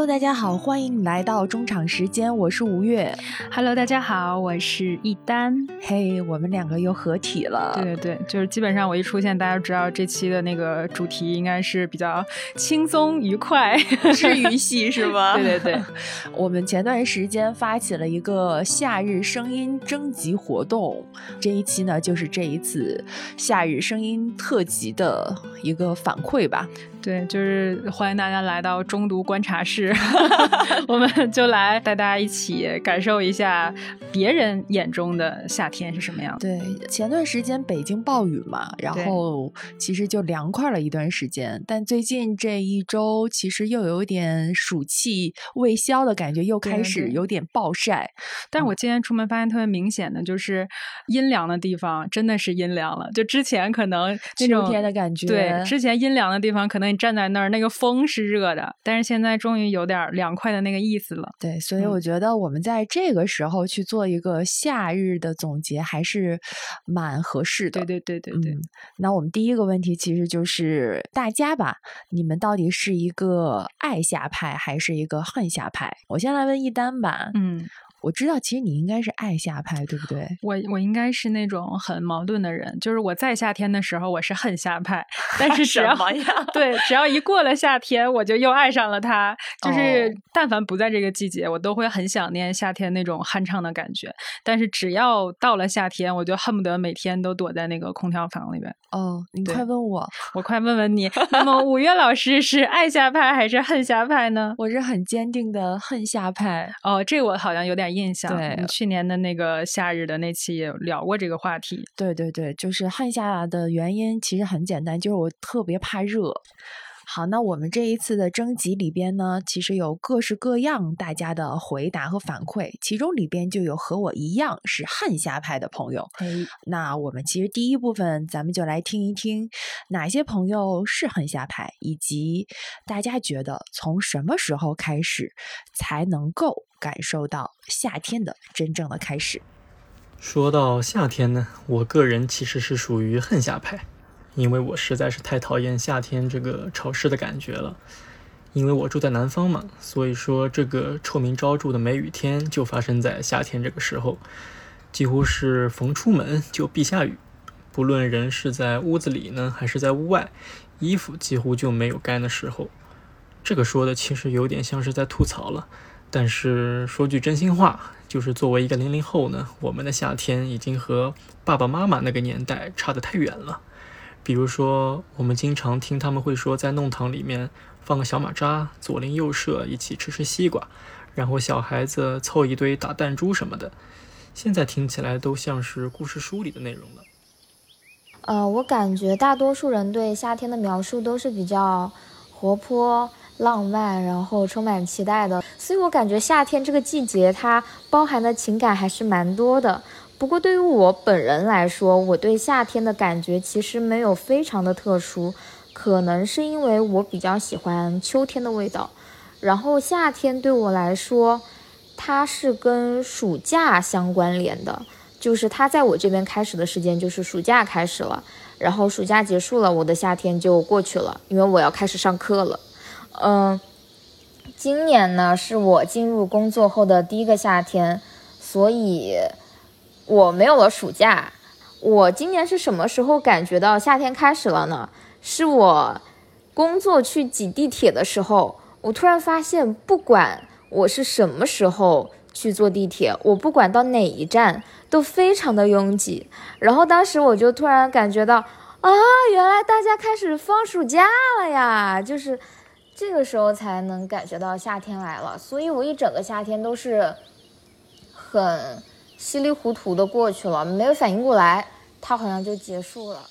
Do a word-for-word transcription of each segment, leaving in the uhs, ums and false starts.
Hello， 大家好，欢迎来到中场时间，我是吴越。 Hello， 大家好，我是一丹。 嘿、hey, 我们两个又合体了。 对对对，就是基本上我一出现，大家都知道这期的那个主题应该是比较轻松愉快， 治愈系是吗？ 对对对， 我们前段时间发起了一个夏日声音征集活动，这一期呢就是这一次夏日声音特辑的一个反馈吧。 对，就是欢迎大家来到中读观察室我们就来带大家一起感受一下别人眼中的夏天是什么样。 对，前段时间北京暴雨嘛，然后其实就凉快了一段时间，但最近这一周其实又有点暑气未消的感觉，又开始有点暴晒。 但是我今天出门发现特别明显的就是阴凉的地方真的是阴凉了，就之前可能那种秋天的感觉， 对，之前阴凉的地方可能站在那儿那个风是热的，但是现在终于有点凉快的那个意思了。 对，所以我觉得我们在这个时候去做一个夏日的总结还是蛮合适的。 对对对对对、 嗯、那我们第一个问题其实就是大家吧，你们到底是一个爱夏派还是一个恨夏派？我先来问一丹吧。 嗯， 我知道其实你应该是爱夏派，对不对？ 我我应该是那种很矛盾的人，就是我在夏天的时候我是恨夏派，但是只要对，只要一过了夏天我就又爱上了它，就是但凡不在这个季节、哦、我都会很想念夏天那种酣畅的感觉，但是只要到了夏天我就恨不得每天都躲在那个空调房里边。 哦，你快问我， 我快问问你那么五月老师是爱夏派还是恨夏派呢？ 我是很坚定的恨夏派。 哦，这我好像有点印象， 对， 你去年的那个夏日的那期也聊过这个话题。 对对对，就是恨夏的原因其实很简单，就是我特别怕热。好，那我们这一次的征集里边呢，其实有各式各样大家的回答和反馈，其中里边就有和我一样是恨夏派的朋友。 哎， 那我们其实第一部分咱们就来听一听哪些朋友是恨夏派，以及大家觉得从什么时候开始才能够感受到夏天的真正的开始。 说到夏天呢，我个人其实是属于恨夏派，因为我实在是太讨厌夏天这个潮湿的感觉了。因为我住在南方嘛，所以说这个臭名昭著的梅雨天就发生在夏天这个时候，几乎是逢出门就必下雨，不论人是在屋子里呢还是在屋外，衣服几乎就没有干的时候。这个说的其实有点像是在吐槽了，但是说句真心话，就是作为一个零零后呢，我们的夏天已经和爸爸妈妈那个年代差得太远了。比如说我们经常听他们会说在弄堂里面放个小马扎，左邻右舍一起吃吃西瓜，然后小孩子凑一堆打弹珠什么的，现在听起来都像是故事书里的内容了。 呃，我感觉大多数人对夏天的描述都是比较活泼浪漫，然后充满期待的，所以我感觉夏天这个季节它包含的情感还是蛮多的。不过对于我本人来说，我对夏天的感觉其实没有非常的特殊，可能是因为我比较喜欢秋天的味道，然后夏天对我来说它是跟暑假相关联的，就是它在我这边开始的时间就是暑假开始了，然后暑假结束了，我的夏天就过去了，因为我要开始上课了。嗯，今年呢是我进入工作后的第一个夏天，所以我没有了暑假。我今年是什么时候感觉到夏天开始了呢？是我工作去挤地铁的时候，我突然发现不管我是什么时候去坐地铁，我不管到哪一站都非常的拥挤，然后当时我就突然感觉到啊，原来大家开始放暑假了呀，就是这个时候才能感觉到夏天来了。所以我一整个夏天都是很稀里糊涂的过去了，没有反应过来，它好像就结束了。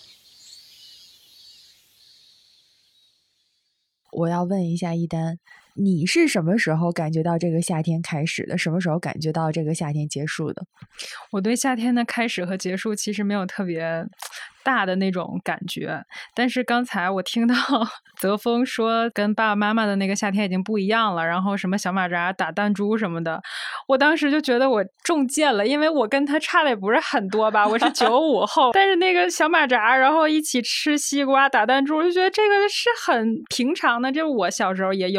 我要问一下一丹，你是什么时候感觉到这个夏天开始的？什么时候感觉到这个夏天结束的？ 我对夏天的开始和结束其实没有特别大的那种感觉，但是刚才我听到泽峰说跟爸爸妈妈的那个夏天已经不一样了，然后什么小马扎打弹珠什么的，我当时就觉得我中箭了，因为我跟他差的也不是很多吧，我是九五后但是那个小马扎然后一起吃西瓜打弹珠，我就觉得这个是很平常的，这我小时候也有过，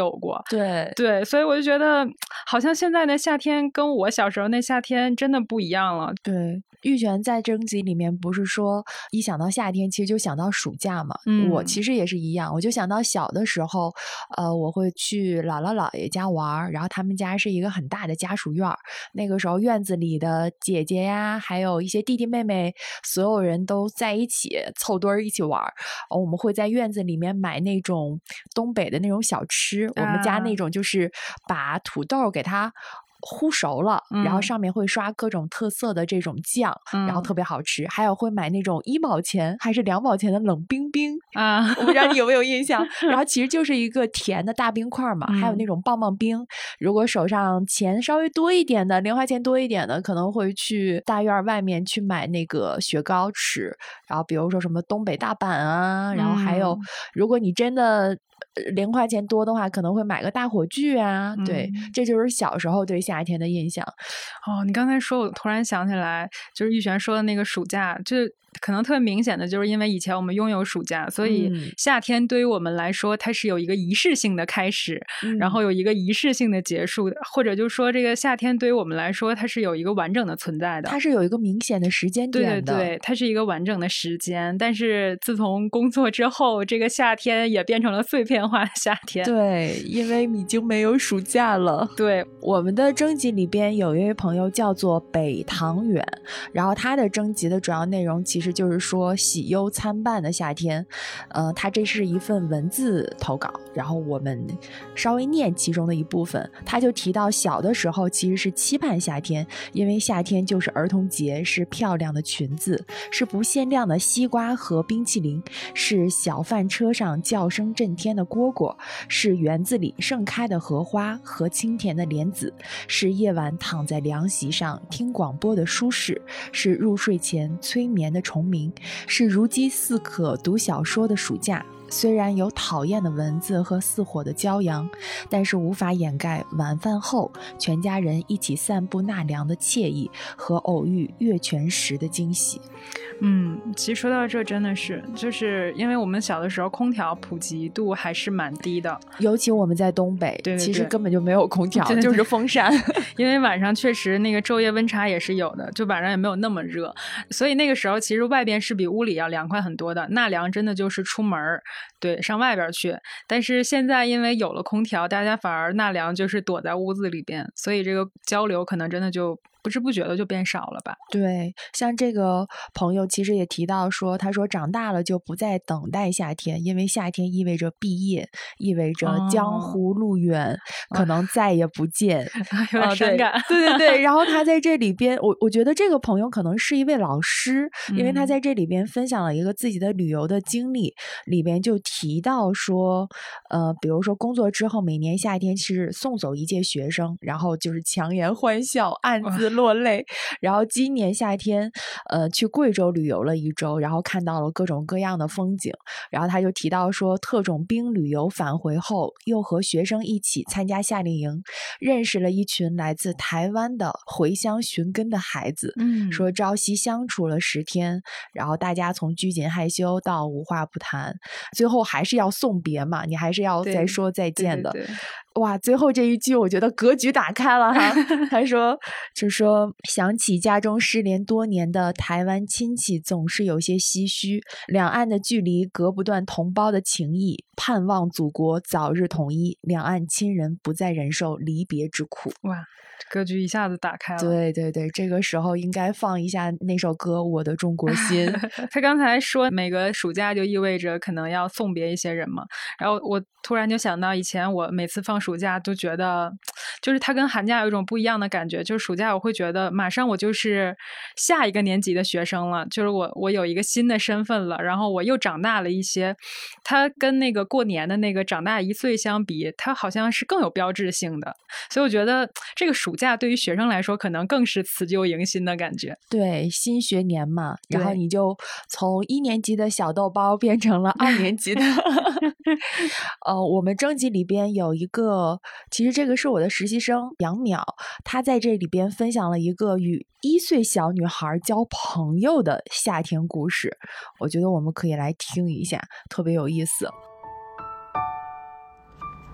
对对，所以我就觉得好像现在的夏天跟我小时候那夏天真的不一样了。 对，玉璇在征集里面不是说一想到夏天其实就想到暑假嘛、 嗯、 我其实也是一样，我就想到小的时候呃，我会去姥姥姥爷家玩，然后他们家是一个很大的家属院，那个时候院子里的姐姐呀还有一些弟弟妹妹所有人都在一起凑堆儿一起玩，我们会在院子里面买那种东北的那种小吃、啊、我们家那种就是把土豆给它烀熟了、嗯、然后上面会刷各种特色的这种酱、嗯、然后特别好吃，还有会买那种一毛钱还是两毛钱的冷冰冰啊，我不知道你有没有印象然后其实就是一个甜的大冰块嘛、嗯、还有那种棒棒冰，如果手上钱稍微多一点的零花钱多一点的可能会去大院外面去买那个雪糕吃，然后比如说什么东北大板啊、嗯、然后还有如果你真的零花钱多的话可能会买个大火炬啊、嗯、对，这就是小时候对夏天的印象。 哦，你刚才说我突然想起来就是玉璇说的那个暑假，就可能特别明显的就是因为以前我们拥有暑假，所以夏天对于我们来说它是有一个仪式性的开始、嗯、然后有一个仪式性的结束的，或者就说这个夏天对于我们来说它是有一个完整的存在的， 它是有一个明显的时间点的， 对对对，它是一个完整的时间。但是自从工作之后这个夏天也变成了碎片化的夏天， 对，因为已经没有暑假了。 对， 我们的征集里边有一位朋友叫做北唐远，然后他的征集的主要内容其实就是说喜忧参半的夏天，呃，他这是一份文字投稿，然后我们稍微念其中的一部分。他就提到小的时候其实是期盼夏天，因为夏天就是儿童节，是漂亮的裙子，是不限量的西瓜和冰淇淋，是小饭车上叫声震天的蝈蝈，是园子里盛开的荷花和清甜的莲子，是夜晚躺在凉席上听广播的舒适，是入睡前催眠的虫鸣，是如饥似渴读小说的暑假。虽然有讨厌的蚊子和似火的骄阳，但是无法掩盖晚饭后全家人一起散步纳凉的惬意和偶遇月全食的惊喜。 嗯，其实说到这真的是就是因为我们小的时候空调普及度还是蛮低的， 尤其我们在东北， 对对对， 其实根本就没有空调，对对对，就是风扇因为晚上确实那个昼夜温差也是有的，就晚上也没有那么热，所以那个时候其实外边是比屋里要凉快很多的，纳凉真的就是出门对上外边去。但是现在因为有了空调，大家反而纳凉就是躲在屋子里边，所以这个交流可能真的就不知不觉的就变少了吧。 对，像这个朋友其实也提到说，他说长大了就不再等待夏天，因为夏天意味着毕业，意味着江湖路远、哦、可能再也不见、 啊、有点伤感、 啊、对, 对对对然后他在这里边我我觉得这个朋友可能是一位老师、嗯、因为他在这里边分享了一个自己的旅游的经历，里边就提到说呃，比如说工作之后每年夏天是送走一届学生，然后就是强颜欢笑暗自落泪，然后今年夏天呃，去贵州旅游了一周，然后看到了各种各样的风景，然后他就提到说特种兵旅游返回后又和学生一起参加夏令营，认识了一群来自台湾的回乡寻根的孩子，嗯，说朝夕相处了十天，然后大家从拘谨害羞到无话不谈，最后还是要送别嘛，你还是要再说再见的。 对对对对， 哇，最后这一句我觉得格局打开了哈他说就说想起家中失联多年的台湾亲戚总是有些唏嘘，两岸的距离隔不断同胞的情谊，盼望祖国早日统一，两岸亲人不再忍受离别之苦。 哇，格局一下子打开了。 对对对，这个时候应该放一下那首歌《我的中国心》 他刚才说每个暑假就意味着可能要送别一些人嘛，然后我突然就想到以前我每次放暑假都觉得就是它跟寒假有一种不一样的感觉，就是暑假我会觉得马上我就是下一个年级的学生了，就是我我有一个新的身份了，然后我又长大了一些，它跟那个过年的那个长大一岁相比，它好像是更有标志性的，所以我觉得这个暑假对于学生来说可能更是辞旧迎新的感觉。 对，新学年嘛，然后你就从一年级的小豆包变成了二年级的呃，我们征集里边有一个，其实这个是我的实习生杨淼，他在这里边分享了一个与一岁小女孩交朋友的夏天故事，我觉得我们可以来听一下，特别有意思。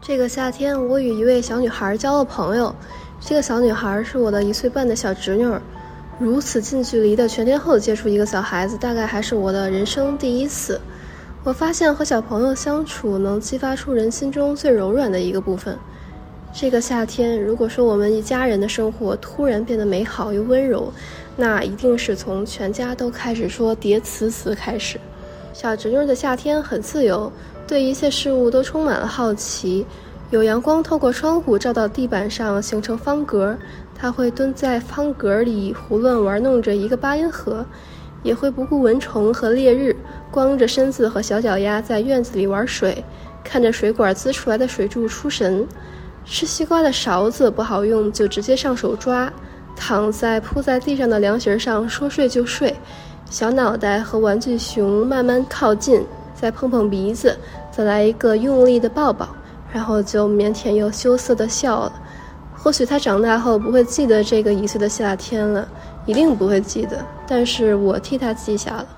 这个夏天，我与一位小女孩交了朋友。这个小女孩是我的一岁半的小侄女儿。如此近距离的全天候接触一个小孩子，大概还是我的人生第一次。我发现和小朋友相处能激发出人心中最柔软的一个部分。这个夏天，如果说我们一家人的生活突然变得美好又温柔，那一定是从全家都开始说叠词词开始。小侄女的夏天很自由，对一切事物都充满了好奇。有阳光透过窗户照到地板上，形成方格，她会蹲在方格里胡乱玩弄着一个八音盒，也会不顾蚊虫和烈日，光着身子和小脚丫在院子里玩水，看着水管滋出来的水柱出神。吃西瓜的勺子不好用，就直接上手抓，躺在铺在地上的凉席上说睡就睡，小脑袋和玩具熊慢慢靠近，再碰碰鼻子，再来一个用力的抱抱，然后就腼腆又羞涩地笑了。或许他长大后不会记得这个一岁的夏天了，一定不会记得，但是我替他记下了。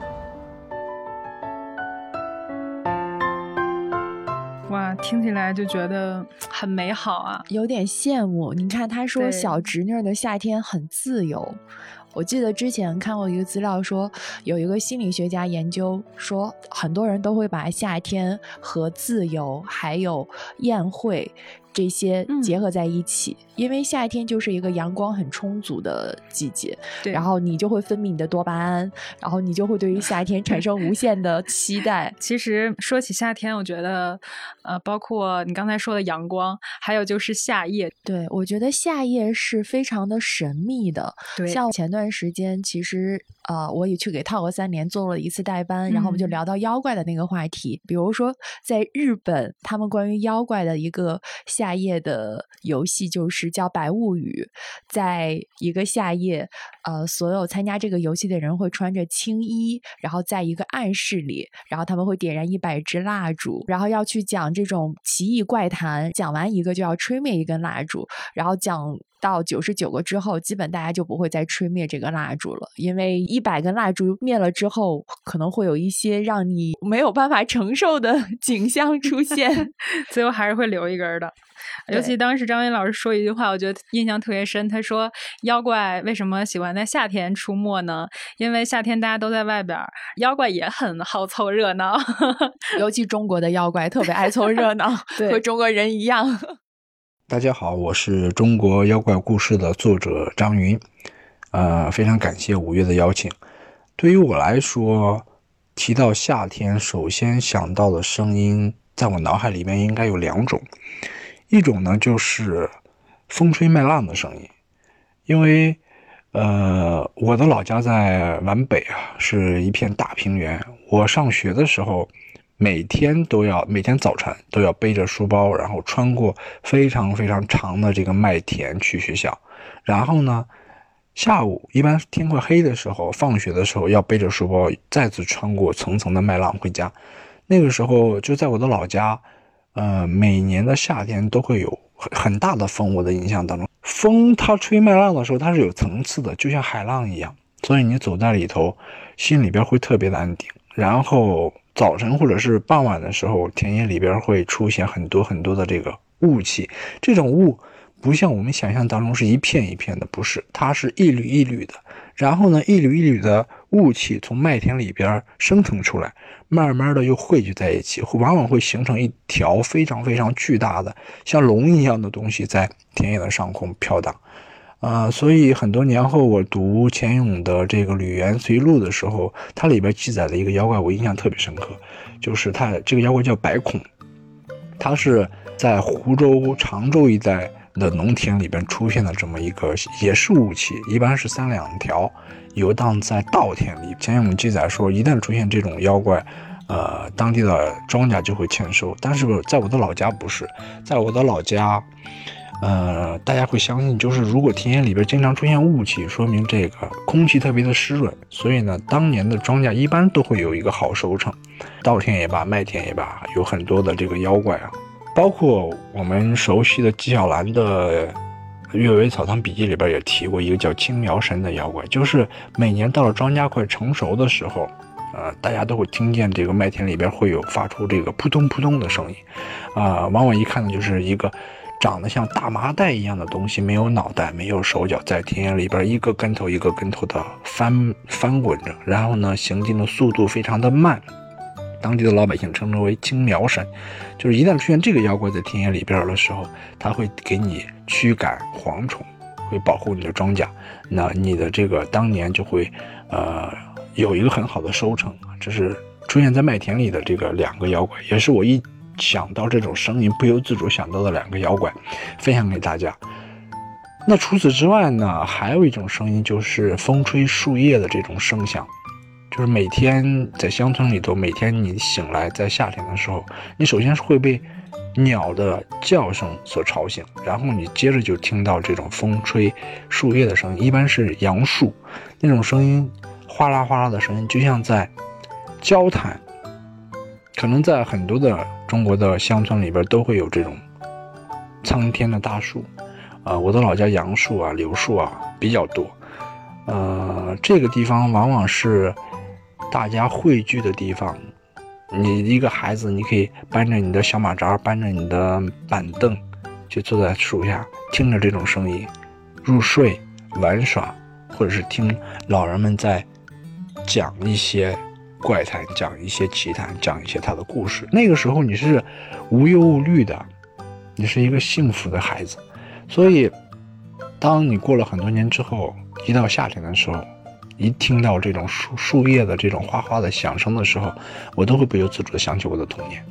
哇，听起来就觉得很美好啊， 有点羡慕。你看他说小侄女的夏天很自由，我记得之前看过一个资料说，有一个心理学家研究说，很多人都会把夏天和自由还有宴会这些结合在一起、嗯、因为夏天就是一个阳光很充足的季节，然后你就会分泌你的多巴胺，然后你就会对于夏天产生无限的期待。 其实说起夏天，我觉得呃，包括你刚才说的阳光，还有就是夏夜。 对，我觉得夏夜是非常的神秘的。 对， 像前段时间其实呃，我也去给套个三年做了一次代班、嗯、然后我们就聊到妖怪的那个话题，比如说在日本他们关于妖怪的一个夏夏夜的游戏就是叫百物语，在一个夏夜呃，所有参加这个游戏的人会穿着青衣，然后在一个暗室里，然后他们会点燃一百支蜡烛，然后要去讲这种奇异怪谈，讲完一个就要吹灭一根蜡烛，然后讲到九十九个之后，基本大家就不会再吹灭这个蜡烛了，因为一百根蜡烛灭了之后，可能会有一些让你没有办法承受的景象出现， 最后还是会留一根的。尤其当时张云老师说一句话，我觉得印象特别深。他说：“妖怪为什么喜欢在夏天出没呢？因为夏天大家都在外边，妖怪也很好凑热闹。 尤其中国的妖怪特别爱凑热闹，和中国人一样。” 大家好，我是中国妖怪故事的作者张云，呃，非常感谢五月的邀请。对于我来说，提到夏天，首先想到的声音，在我脑海里面应该有两种。一种呢就是风吹麦浪的声音，因为呃我的老家在皖北啊，是一片大平原。我上学的时候，每天都要每天早晨都要背着书包，然后穿过非常非常长的这个麦田去学校。然后呢，下午一般天快黑的时候，放学的时候要背着书包再次穿过层层的麦浪回家。那个时候就在我的老家。呃，每年的夏天都会有很大的风，我的印象当中，风它吹麦浪的时候，它是有层次的，就像海浪一样，所以你走在里头，心里边会特别的安定。然后早晨或者是傍晚的时候，田野里边会出现很多很多的这个雾气，这种雾不像我们想象当中是一片一片的，不是，它是一缕一缕的。然后呢，一缕一缕的雾气从麦田里边生成出来，慢慢的又汇聚在一起，往往会形成一条非常非常巨大的像龙一样的东西在田野的上空飘荡。呃，所以很多年后我读钱勇的这个《吕园随录》的时候，它里边记载了一个妖怪，我印象特别深刻，就是它这个妖怪叫白孔，它是在湖州常州一带的农田里边出现的这么一个也是雾气，一般是三两条游荡在稻田里。钱勇记载说，一旦出现这种妖怪，呃，当地的庄稼就会欠收。但是在我的老家不是，在我的老家，呃，大家会相信，就是如果田野里边经常出现雾气，说明这个空气特别的湿润，所以呢，当年的庄稼一般都会有一个好收成。稻田也罢，麦田也罢，有很多的这个妖怪啊。包括我们熟悉的纪晓岚的《阅微草堂笔记》里边也提过一个叫青苗神的妖怪，就是每年到了庄稼快成熟的时候， 呃，大家都会听见这个麦田里边会有发出这个扑通扑通的声音，啊、呃，往往一看呢就是一个长得像大麻袋一样的东西，没有脑袋，没有手脚，在田野里边一个跟头一个跟头的翻翻滚着，然后呢，行进的速度非常的慢。当地的老百姓称之为青苗神，就是一旦出现这个妖怪在田野里边的时候，它会给你驱赶蝗虫，会保护你的庄稼，那你的这个当年就会呃有一个很好的收成。这是出现在麦田里的这个两个妖怪，也是我一想到这种声音不由自主想到的两个妖怪，分享给大家。那除此之外呢，还有一种声音，就是风吹树叶的这种声响。就是每天在乡村里头，每天你醒来，在夏天的时候，你首先是会被鸟的叫声所吵醒，然后你接着就听到这种风吹树叶的声音，一般是杨树那种声音，哗啦哗啦的声音，就像在交谈。可能在很多的中国的乡村里边都会有这种苍天的大树，呃，我的老家杨树啊、柳树啊比较多，呃，这个地方往往是大家汇聚的地方。你一个孩子，你可以搬着你的小马扎，搬着你的板凳，就坐在树下，听着这种声音入睡、玩耍，或者是听老人们在讲一些怪谈，讲一些奇谈，讲一些他的故事。那个时候你是无忧无虑的，你是一个幸福的孩子。所以当你过了很多年之后，一到夏天的时候，一听到这种树树叶的这种哗哗的响声的时候，我都会不由自主的想起我的童年。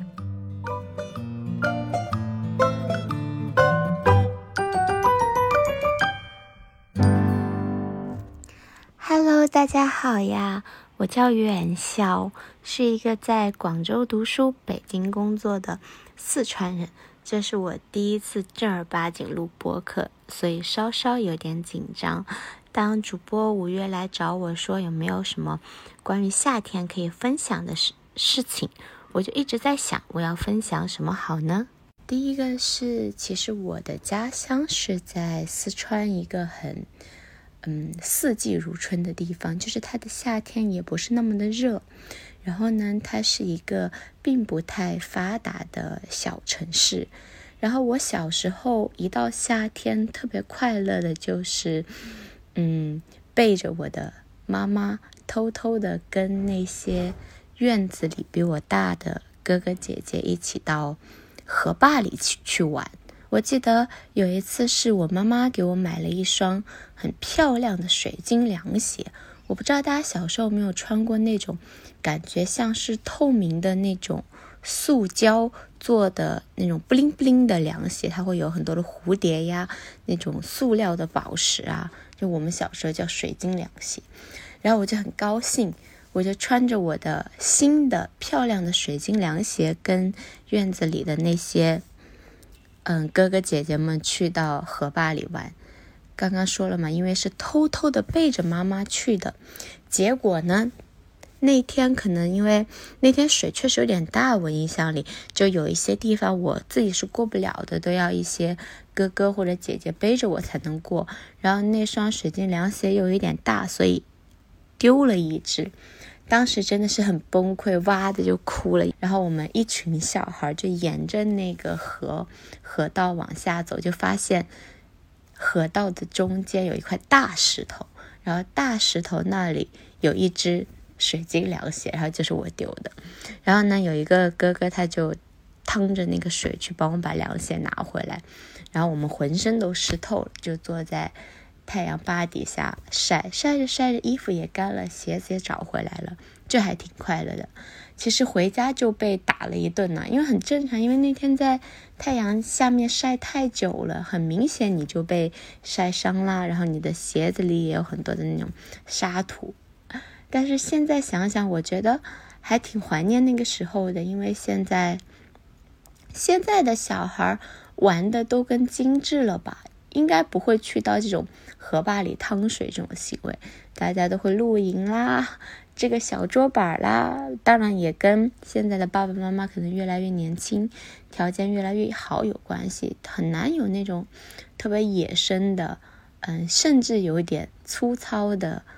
Hello， 大家好呀，我叫阮笑，是一个在广州读书、北京工作的四川人。这是我第一次正儿八经录播客，所以稍稍有点紧张。当主播五月来找我说有没有什么关于夏天可以分享的事事情，我就一直在想我要分享什么好呢？第一个是，其实我的家乡是在四川一个很嗯四季如春的地方，就是它的夏天也不是那么的热。然后呢，它是一个并不太发达的小城市。然后我小时候一到夏天特别快乐的就是嗯，背着我的妈妈偷偷的跟那些院子里比我大的哥哥姐姐一起到河坝里去去玩。我记得有一次是我妈妈给我买了一双很漂亮的水晶凉鞋，我不知道大家小时候有没有穿过那种感觉像是透明的那种塑胶做的那种布灵布灵的凉鞋，它会有很多的蝴蝶呀，那种塑料的宝石啊，就我们小时候叫水晶凉鞋。然后我就很高兴，我就穿着我的新的漂亮的水晶凉鞋，跟院子里的那些嗯哥哥姐姐们去到河坝里玩。刚刚说了嘛，因为是偷偷的背着妈妈去的，结果呢那天可能因为那天水确实有点大，我印象里就有一些地方我自己是过不了的，都要一些哥哥或者姐姐背着我才能过。然后那双水晶凉鞋有一点大，所以丢了一只，当时真的是很崩溃，哇的就哭了。然后我们一群小孩就沿着那个河河道往下走，就发现河道的中间有一块大石头，然后大石头那里有一只水晶凉鞋，然后就是我丢的。然后呢，有一个哥哥他就趟着那个水去帮我把凉鞋拿回来，然后我们浑身都湿透了，就坐在太阳坝底下晒，晒着晒着衣服也干了，鞋子也找回来了，这还挺快乐的。其实回家就被打了一顿呢，因为很正常，因为那天在太阳下面晒太久了，很明显你就被晒伤啦，然后你的鞋子里也有很多的那种沙土。但是现在想想，我觉得还挺怀念那个时候的，因为现在现在的小孩玩的都更精致了吧，应该不会去到这种河坝里趟水这种行为，大家都会露营啦，这个小桌板啦，当然也跟现在的爸爸妈妈可能越来越年轻，条件越来越好有关系，很难有那种特别野生的嗯，甚至有点粗糙的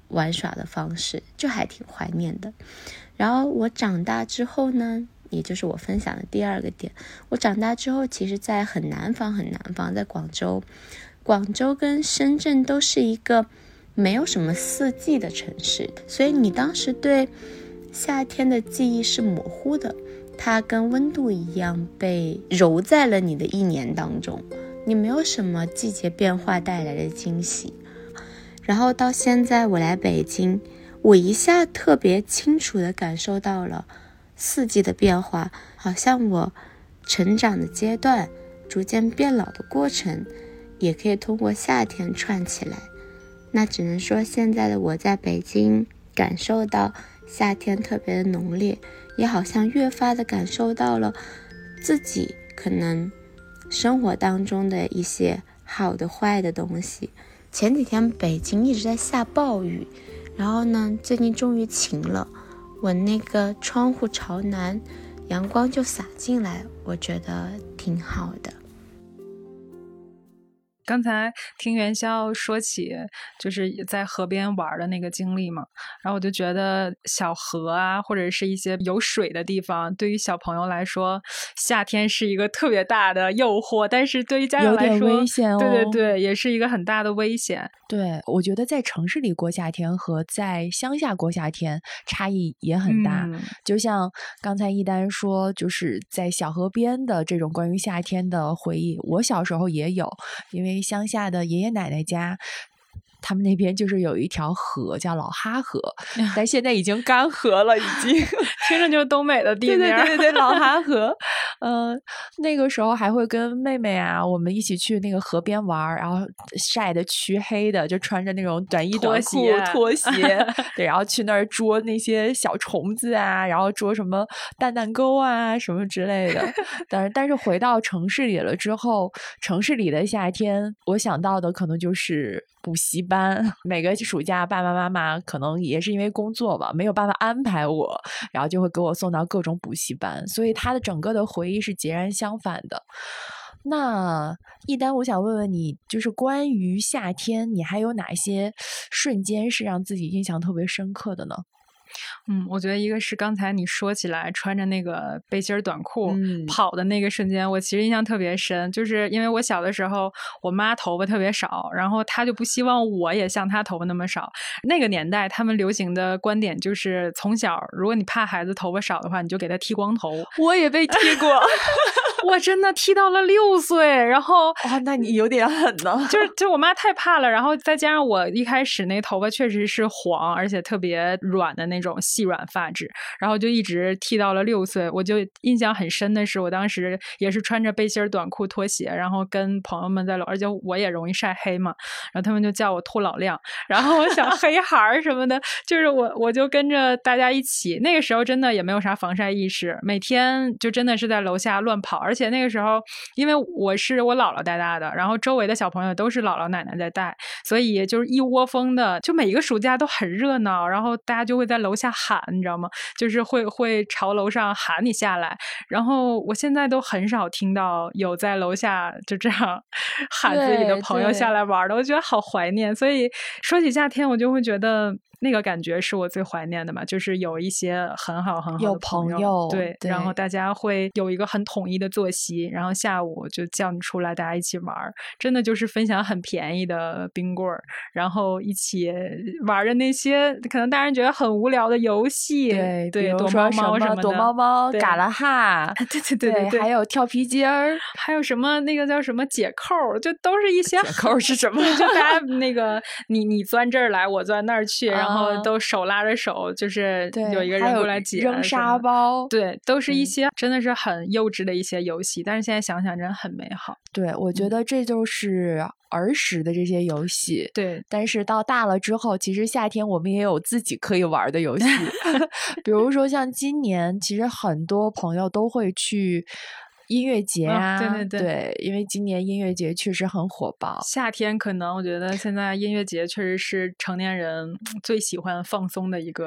玩耍的方式，就还挺怀念的。然后我长大之后呢，也就是我分享的第二个点，我长大之后其实在很南方很南方，在广州，广州跟深圳都是一个没有什么四季的城市，所以你当时对夏天的记忆是模糊的，它跟温度一样被揉在了你的一年当中，你没有什么季节变化带来的惊喜。然后到现在我来北京，我一下特别清楚地感受到了四季的变化，好像我成长的阶段逐渐变老的过程也可以通过夏天串起来。那只能说现在的我在北京感受到夏天特别的浓烈，也好像越发的感受到了自己可能生活当中的一些好的坏的东西。前几天北京一直在下暴雨，然后呢最近终于晴了，我那个窗户朝南，阳光就洒进来，我觉得挺好的。 刚才听元宵说起就是在河边玩的那个经历嘛，然后我就觉得小河啊，或者是一些有水的地方，对于小朋友来说夏天是一个特别大的诱惑，但是对于家长来说有点危险哦。 对对对，也是一个很大的危险。 对，我觉得在城市里过夏天和在乡下过夏天差异也很大。 嗯、 就像刚才一丹说，就是在小河边的这种关于夏天的回忆，我小时候也有，因为乡下的爷爷奶奶家他们那边就是有一条河叫老哈河，但现在已经干涸了，已经听着就是东北的地名。 对对对对，老哈河。嗯、呃，那个时候还会跟妹妹啊，我们一起去那个河边玩，然后晒得黢黑的，就穿着那种短衣短裤、拖鞋，对，然后去那儿捉那些小虫子啊，然后捉什么蛋蛋沟啊什么之类的。但是但是回到城市里了之后，城市里的夏天，我想到的可能就是补习班。每个暑假爸爸妈妈可能也是因为工作吧，没有办法安排我，然后就会给我送到各种补习班，所以他的整个的回忆是截然相反的。那一丹，我想问问你，就是关于夏天，你还有哪些瞬间是让自己印象特别深刻的呢？ 嗯，我觉得一个是刚才你说起来穿着那个背心短裤、 嗯、 跑的那个瞬间，我其实印象特别深，就是因为我小的时候我妈头发特别少，然后她就不希望我也像她头发那么少。那个年代他们流行的观点就是从小如果你怕孩子头发少的话，你就给他剃光头。 我也被剃过。 我真的剃到了六岁，然后哦，那你有点狠呢。 就是就我妈太怕了，然后再加上我一开始那头发确实是黄，而且特别软的那种细软发质，然后就一直剃到了六岁。我就印象很深的是，我当时也是穿着背心短裤拖鞋，然后跟朋友们在楼，而且我也容易晒黑嘛，然后他们就叫我秃老亮，然后小黑孩什么的，就是我我就跟着大家一起。那个时候真的也没有啥防晒意识，每天就真的是在楼下乱跑。而且那个时候因为我是我姥姥带大的，然后周围的小朋友都是姥姥奶奶在带，所以就是一窝蜂的，就每一个暑假都很热闹，然后大家就会在楼下喊，你知道吗？就是会会朝楼上喊你下来。然后我现在都很少听到有在楼下就这样喊自己的朋友下来玩的，我觉得好怀念。所以说起夏天，我就会觉得那个感觉是我最怀念的嘛，就是有一些很好很好的朋友， 有朋友对, 对， 然后大家会有一个很统一的作息，然后下午就叫你出来大家一起玩，真的就是分享很便宜的冰棍儿，然后一起玩的那些可能大人觉得很无聊的游戏， 对对， 比如躲猫猫什么的， 躲猫猫、嘎啦哈， 对对对对, 对， 还有跳皮筋儿， 还有什么那个叫什么解扣，就都是一些解扣是什么？ 就大家那个你你钻这儿来，我钻那儿去，然后都手拉着手，就是有一个人过来解， 扔沙包， 对，都是一些真的是很幼稚的一些游戏，但是现在想想真的很美好。 对，我觉得这就是儿时的这些游戏。 对， 但是到大了之后，其实夏天我们也有自己可以玩的游戏，比如说像今年，其实很多朋友都会去音乐节啊， 哦、对对对， 对，因为今年音乐节确实很火爆。 夏天可能我觉得现在音乐节确实是成年人最喜欢放松的一个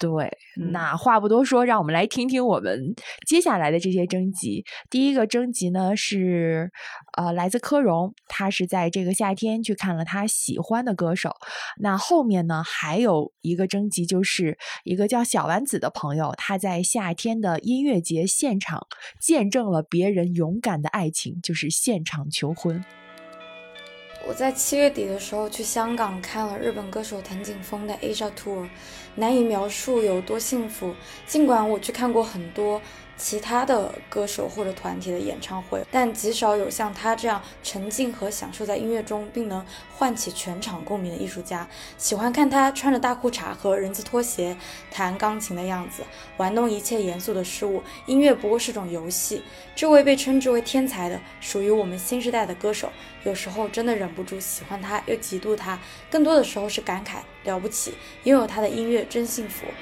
对， 嗯那话不多说，让我们来听听我们接下来的这些征集。第一个征集呢是，呃，来自柯荣，他是在这个夏天去看了他喜欢的歌手。那后面呢还有一个征集，就是一个叫小丸子的朋友，他在夏天的音乐节现场见证了别人勇敢的爱情，就是现场求婚。 我在七月底的时候去香港看了日本歌手藤井风的 Asia Tour， 难以描述有多幸福。尽管我去看过很多其他的歌手或者团体的演唱会，但极少有像他这样沉浸和享受在音乐中并能唤起全场共鸣的艺术家。喜欢看他穿着大裤衩和人字拖鞋弹钢琴的样子，玩弄一切严肃的事物。音乐不过是种游戏。这位被称之为天才的属于我们新时代的歌手，有时候真的忍不住喜欢他又嫉妒他，更多的时候是感慨了不起，拥有他的音乐真幸福。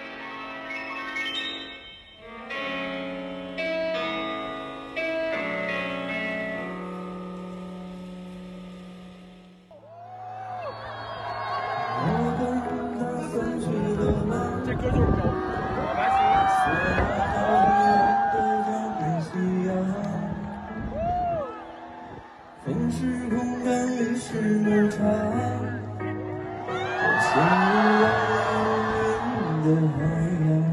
这歌就是狗，来风是空干，雨是牧场，陷入遥远的海洋。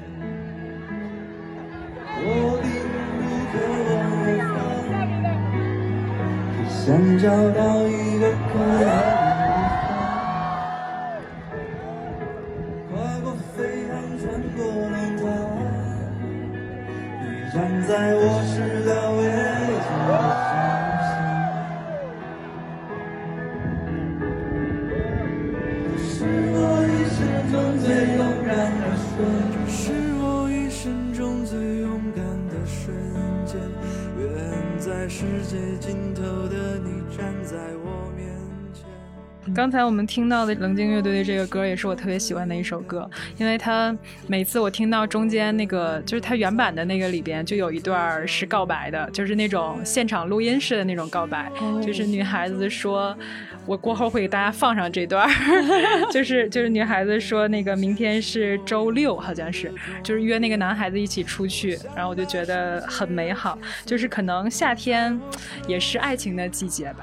我并不渴望远方，只想找到一个可爱的。站在我是个危险的是我一生中最勇敢的瞬是我一生中最勇敢的瞬间，远在世界尽头的你站在我面前。 刚才我们听到的冷静乐队的这个歌也是我特别喜欢的一首歌，因为它每次我听到中间那个就是它原版的那个里边就有一段是告白的，就是那种现场录音式的那种告白、哦、就是女孩子说我过后会给大家放上这段就是就是女孩子说那个明天是周六，好像是就是约那个男孩子一起出去，然后我就觉得很美好，就是可能夏天也是爱情的季节吧。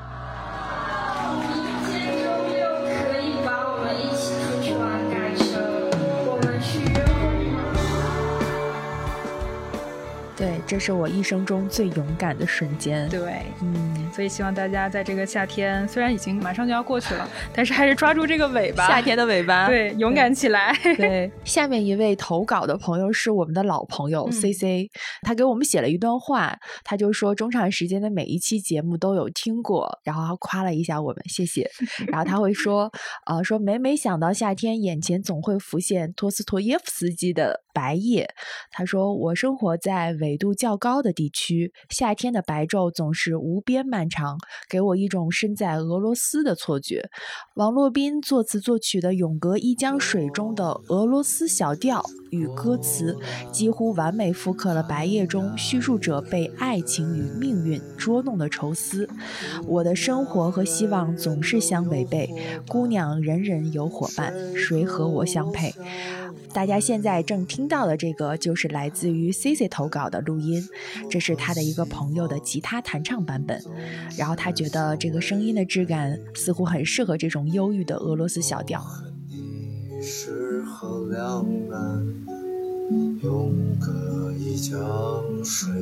对，这是我一生中最勇敢的瞬间。 对，嗯，所以希望大家在这个夏天，虽然已经马上就要过去了，但是还是抓住这个尾巴， 夏天的尾巴， 对，勇敢起来。 对，对下面一位投稿的朋友是我们的老朋友、嗯、C C， 他给我们写了一段话，他就说中场时间的每一期节目都有听过，然后他夸了一下我们，谢谢。然后他会说，呃，说每每想到夏天，眼前总会浮现托斯托耶夫斯基的白夜。他说我生活在纬度较高的地区，夏天的白昼总是无边漫长，给我一种身在俄罗斯的错觉。王洛宾作词作曲的《永隔一江水》中的俄罗斯小调与歌词几乎完美复刻了白夜中叙述者被爱情与命运捉弄的愁思。我的生活和希望总是相违背，姑娘人人有伙伴，谁和我相配？大家现在正听到的这个就是来自于 C C 投稿的录音，这是他的一个朋友的吉他弹唱版本，然后他觉得这个声音的质感似乎很适合这种忧郁的俄罗斯小调。 你是河两岸，永隔一江水，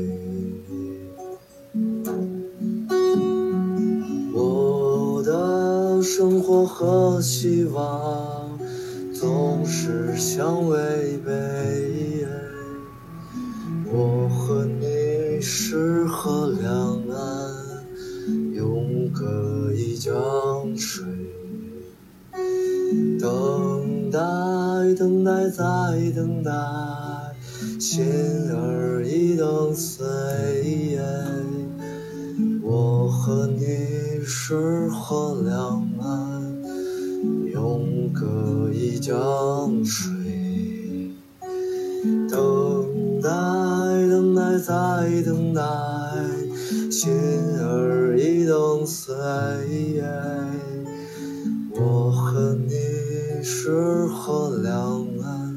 我的生活和希望总是相违背，我和你是河两岸，永隔一江水，等待等待再等待，心儿已等碎，我和你是河两岸，永隔一江水，等待等待再等待，心儿已等碎，我和你是河两岸，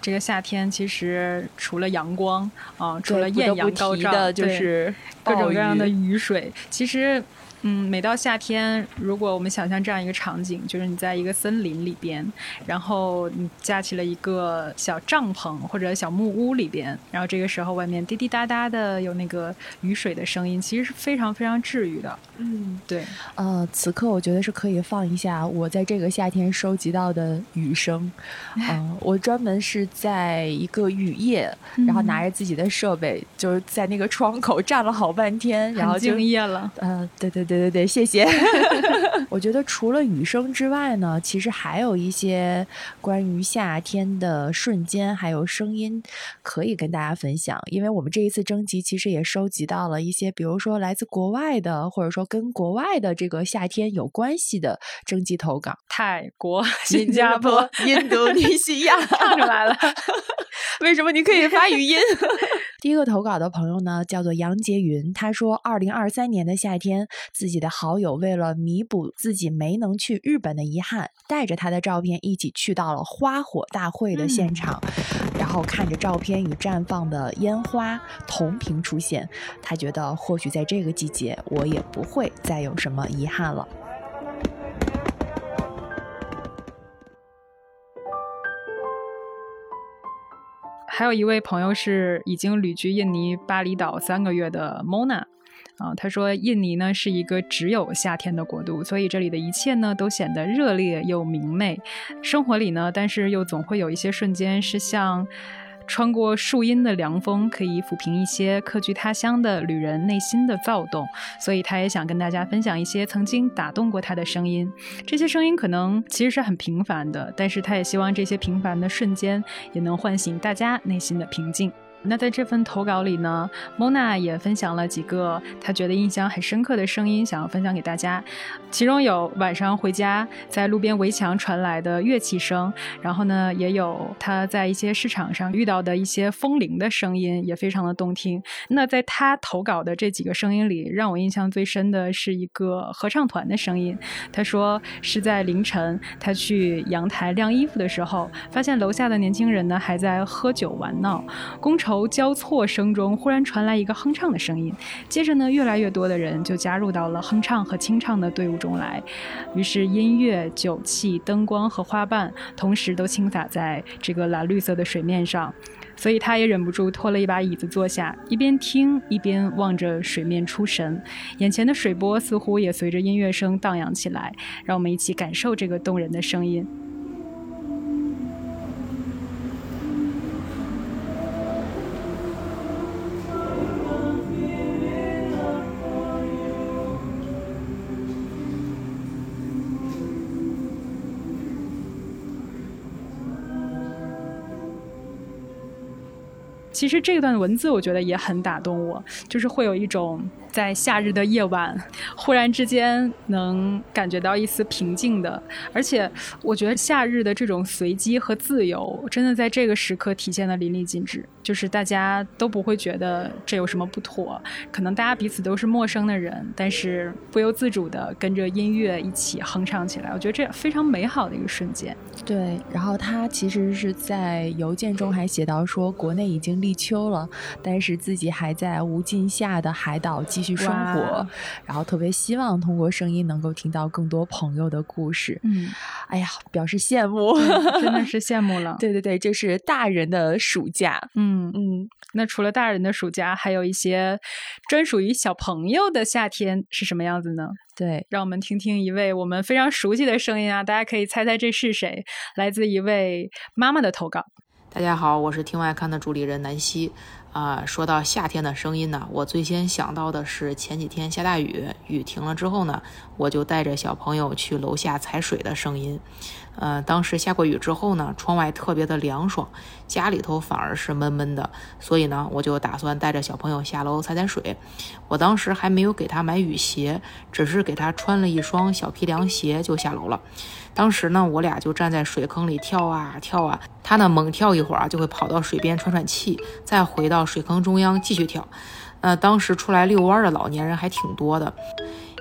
这个夏天其实除了阳光啊、呃，除了艳阳高照的就是各种各样的雨水，其实。嗯，每到夏天，如果我们想象这样一个场景，就是你在一个森林里边，然后你架起了一个小帐篷或者小木屋里边，然后这个时候外面滴滴答答的有那个雨水的声音，其实是非常非常治愈的。嗯，对。 呃，此刻我觉得是可以放一下我在这个夏天收集到的雨声。嗯、呃，我专门是在一个雨夜，然后拿着自己的设备，嗯、就是在那个窗口站了好半天，然后就敬业了。 呃，对对对。对对对，谢谢。我觉得除了雨声之外呢，其实还有一些关于夏天的瞬间还有声音可以跟大家分享，因为我们这一次征集其实也收集到了一些比如说来自国外的，或者说跟国外的这个夏天有关系的征集投稿。 泰国、新加坡、 印度尼西亚唱出来了。 为什么你可以发语音？第一个投稿的朋友呢叫做杨洁云，他说二零二三年的夏天，自己的好友为了弥补自己没能去日本的遗憾，带着他的照片一起去到了花火大会的现场、嗯、然后看着照片与绽放的烟花同屏出现，他觉得或许在这个季节我也不会再有什么遗憾了。 还有一位朋友是已经旅居印尼巴厘岛三个月的 Mona 啊，他说印尼呢是一个只有夏天的国度，所以这里的一切呢都显得热烈又明媚。生活里呢，但是又总会有一些瞬间是像穿过树荫的凉风，可以抚平一些客居他乡的旅人内心的躁动，所以他也想跟大家分享一些曾经打动过他的声音。这些声音可能其实是很平凡的，但是他也希望这些平凡的瞬间也能唤醒大家内心的平静。那在这份投稿里呢 Mona 也分享了几个她觉得印象很深刻的声音，想要分享给大家。其中有晚上回家在路边围墙传来的乐器声，然后呢也有她在一些市场上遇到的一些风铃的声音，也非常的动听。那在她投稿的这几个声音里，让我印象最深的是一个合唱团的声音。她说是在凌晨她去阳台晾衣服的时候，发现楼下的年轻人呢还在喝酒玩闹，觥筹交错声中忽然传来一个哼唱的声音，接着呢越来越多的人就加入到了哼唱和清唱的队伍中来，于是音乐、酒气、灯光和花瓣同时都倾洒在这个蓝绿色的水面上，所以他也忍不住拖了一把椅子坐下，一边听一边望着水面出神，眼前的水波似乎也随着音乐声荡漾起来，让我们一起感受这个动人的声音。其实这段文字我觉得也很打动我，就是会有一种在夏日的夜晚忽然之间能感觉到一丝平静的，而且我觉得夏日的这种随机和自由真的在这个时刻体现得淋漓尽致，就是大家都不会觉得这有什么不妥，可能大家彼此都是陌生的人，但是不由自主的跟着音乐一起哼唱起来，我觉得这非常美好的一个瞬间。 对，然后他其实是在邮件中还写到说国内已经立秋了，但是自己还在无尽夏的海岛继续生活，然后特别希望通过声音能够听到更多朋友的故事。嗯，哎呀，表示羡慕， 真的是羡慕了。 对对对，这是大人的暑假。 嗯嗯，那除了大人的暑假，还有一些专属于小朋友的夏天是什么样子呢？ 对， 让我们听听一位我们非常熟悉的声音啊，大家可以猜猜这是谁，来自一位妈妈的投稿。 大家好，我是听外刊的主理人南希。啊、呃，说到夏天的声音呢，我最先想到的是前几天下大雨，雨停了之后呢，我就带着小朋友去楼下踩水的声音。呃，当时下过雨之后呢，窗外特别的凉爽，家里头反而是闷闷的，所以呢，我就打算带着小朋友下楼踩踩水。我当时还没有给他买雨鞋，只是给他穿了一双小皮凉鞋就下楼了。当时呢，我俩就站在水坑里跳啊跳啊，他呢猛跳一会儿就会跑到水边喘喘气，再回到水坑中央继续跳。呃，当时出来遛弯的老年人还挺多的。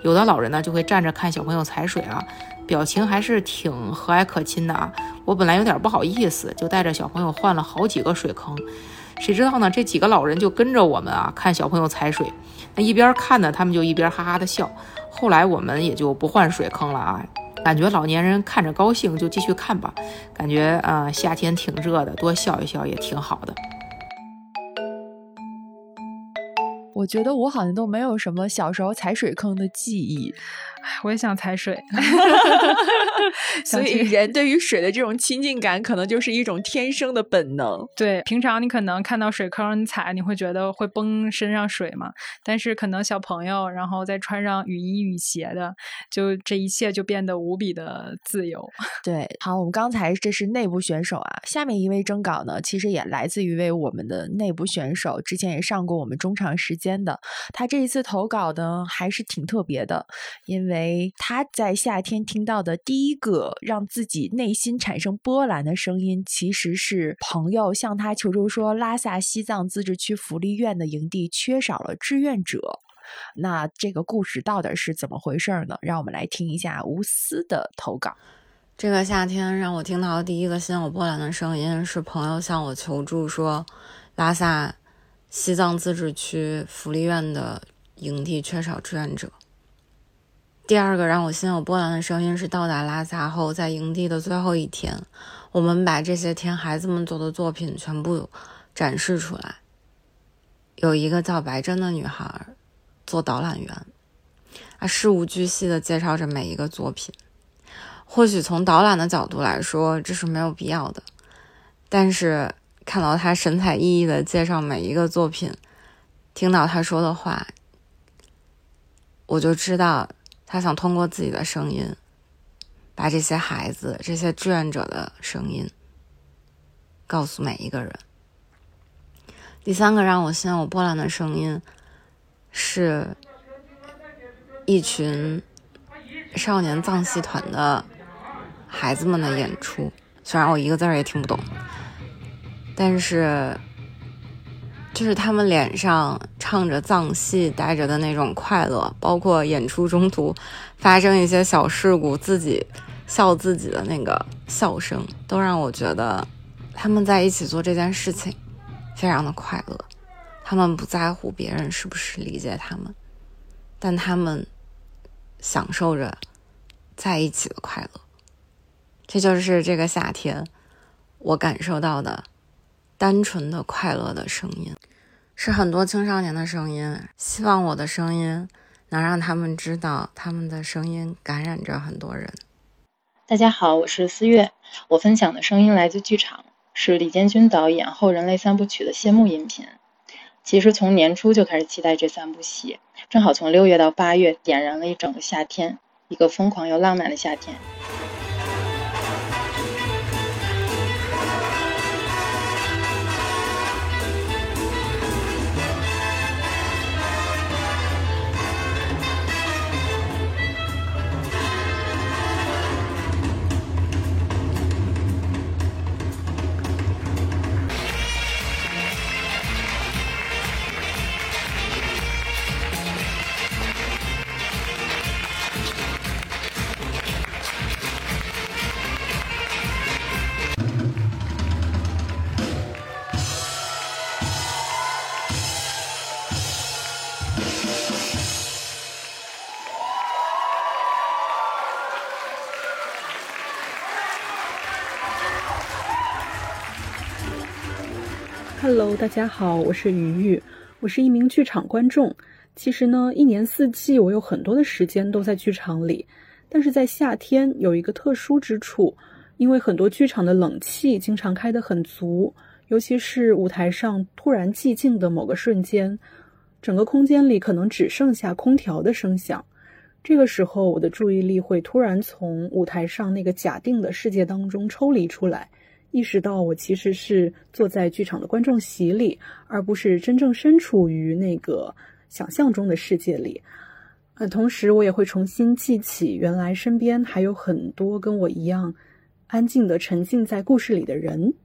有的老人呢就会站着看小朋友踩水啊，表情还是挺和蔼可亲的啊。我本来有点不好意思，就带着小朋友换了好几个水坑，谁知道呢，这几个老人就跟着我们啊看小朋友踩水，那一边看呢，他们就一边哈哈的笑。后来我们也就不换水坑了啊，感觉老年人看着高兴就继续看吧，感觉呃夏天挺热的，多笑一笑也挺好的。 我觉得我好像都没有什么小时候踩水坑的记忆， 我也想踩水所以人对于水的这种亲近感可能就是一种天生的本能。 对，平常你可能看到水坑你踩，你会觉得会崩身上水嘛，但是可能小朋友然后再穿上雨衣雨鞋的，就这一切就变得无比的自由。 对，好，我们刚才这是内部选手啊，下面一位征稿呢其实也来自于一位我们的内部选手，之前也上过我们中场时间的，他这一次投稿呢还是挺特别的，因为他在夏天听到的第一个让自己内心产生波澜的声音，其实是朋友向他求助说拉萨西藏自治区福利院的营地缺少了志愿者。那这个故事到底是怎么回事呢？让我们来听一下吴思的投稿。 这个夏天让我听到的第一个心有波澜的声音是朋友向我求助说拉萨西藏自治区福利院的营地缺少志愿者。第二个让我心有波澜的声音是到达拉萨后，在营地的最后一天，我们把这些天孩子们做的作品全部展示出来。有一个叫白珍的女孩做导览员，她事无巨细地介绍着每一个作品。或许从导览的角度来说这是没有必要的，但是看到她神采奕奕地介绍每一个作品，听到她说的话，我就知道她想通过自己的声音把这些孩子这些志愿者的声音告诉每一个人。第三个让我心有波澜的声音是一群少年藏戏团的孩子们的演出，虽然我一个字儿也听不懂，但是就是他们脸上唱着藏戏带着的那种快乐，包括演出中途发生一些小事故自己笑自己的那个笑声，都让我觉得他们在一起做这件事情非常的快乐。他们不在乎别人是不是理解他们，但他们享受着在一起的快乐。这就是这个夏天我感受到的单纯的快乐的声音，是很多青少年的声音。希望我的声音能让他们知道，他们的声音感染着很多人。 大家好，我是思月，我分享的声音来自剧场，是李建军导演《后人类三部曲》的谢幕音频。其实从年初就开始期待这三部戏，正好从六月到八月点燃了一整个夏天，一个疯狂又浪漫的夏天。 Hello， 大家好，我是于玉，我是一名剧场观众。其实呢，一年四季我有很多的时间都在剧场里，但是在夏天有一个特殊之处，因为很多剧场的冷气经常开得很足，尤其是舞台上突然寂静的某个瞬间，整个空间里可能只剩下空调的声响。这个时候我的注意力会突然从舞台上那个假定的世界当中抽离出来，意识到我其实是坐在剧场的观众席里，而不是真正身处于那个想象中的世界里。呃，同时我也会重新记起原来身边还有很多跟我一样安静地沉浸在故事里的人。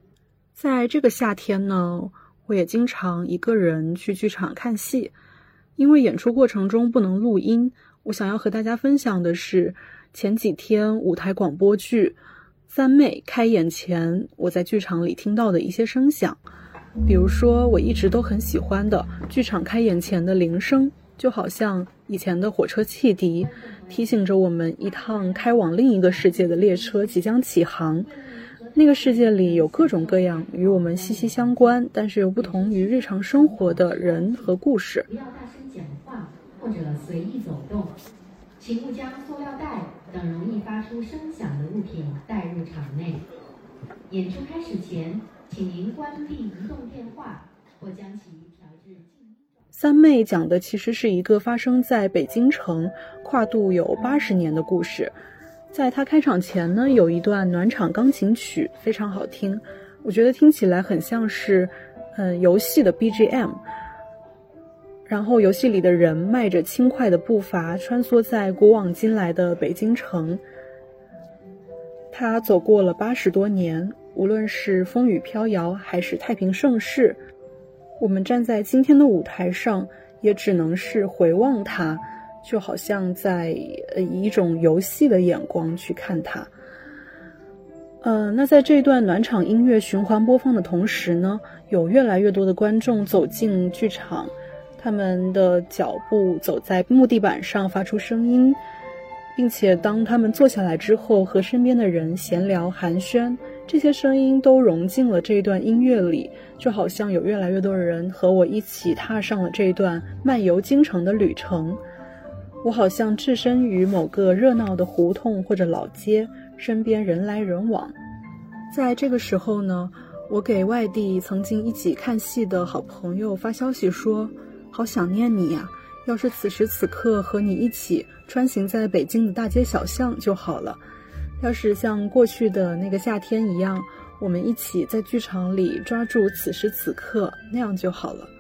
在这个夏天呢，我也经常一个人去剧场看戏， 因为演出过程中不能录音，我想要和大家分享的是前几天舞台广播剧三妹开演前我在剧场里听到的一些声响。比如说我一直都很喜欢的剧场开演前的铃声，就好像以前的火车汽笛，提醒着我们一趟开往另一个世界的列车即将起航。那个世界里有各种各样与我们息息相关，但是又不同于日常生活的人和故事。 不要大声讲话或者随意走动，请勿将塑料袋等容易发出声响的物品带入场内。演出开始前，请您关闭移动电话或将其调至静音。 三妹讲的其实是一个发生在北京城跨度有八十年的故事。在他开场前呢，有一段暖场钢琴曲非常好听，我觉得听起来很像是嗯游戏的 B G M。 然后游戏里的人迈着轻快的步伐穿梭在古往今来的北京城，他走过了八十多年，无论是风雨飘摇还是太平盛世，我们站在今天的舞台上也只能是回望它，就好像在呃以一种游戏的眼光去看它。呃，那在这段暖场音乐循环播放的同时呢，有越来越多的观众走进剧场，他们的脚步走在木地板上发出声音，并且当他们坐下来之后和身边的人闲聊寒暄，这些声音都融进了这一段音乐里，就好像有越来越多的人和我一起踏上了这一段漫游京城的旅程。我好像置身于某个热闹的胡同或者老街，身边人来人往。在这个时候呢，我给外地曾经一起看戏的好朋友发消息说，好想念你呀，要是此时此刻和你一起穿行在北京的大街小巷就好了，要是像过去的那个夏天一样，我们一起在剧场里抓住此时此刻，那样就好了。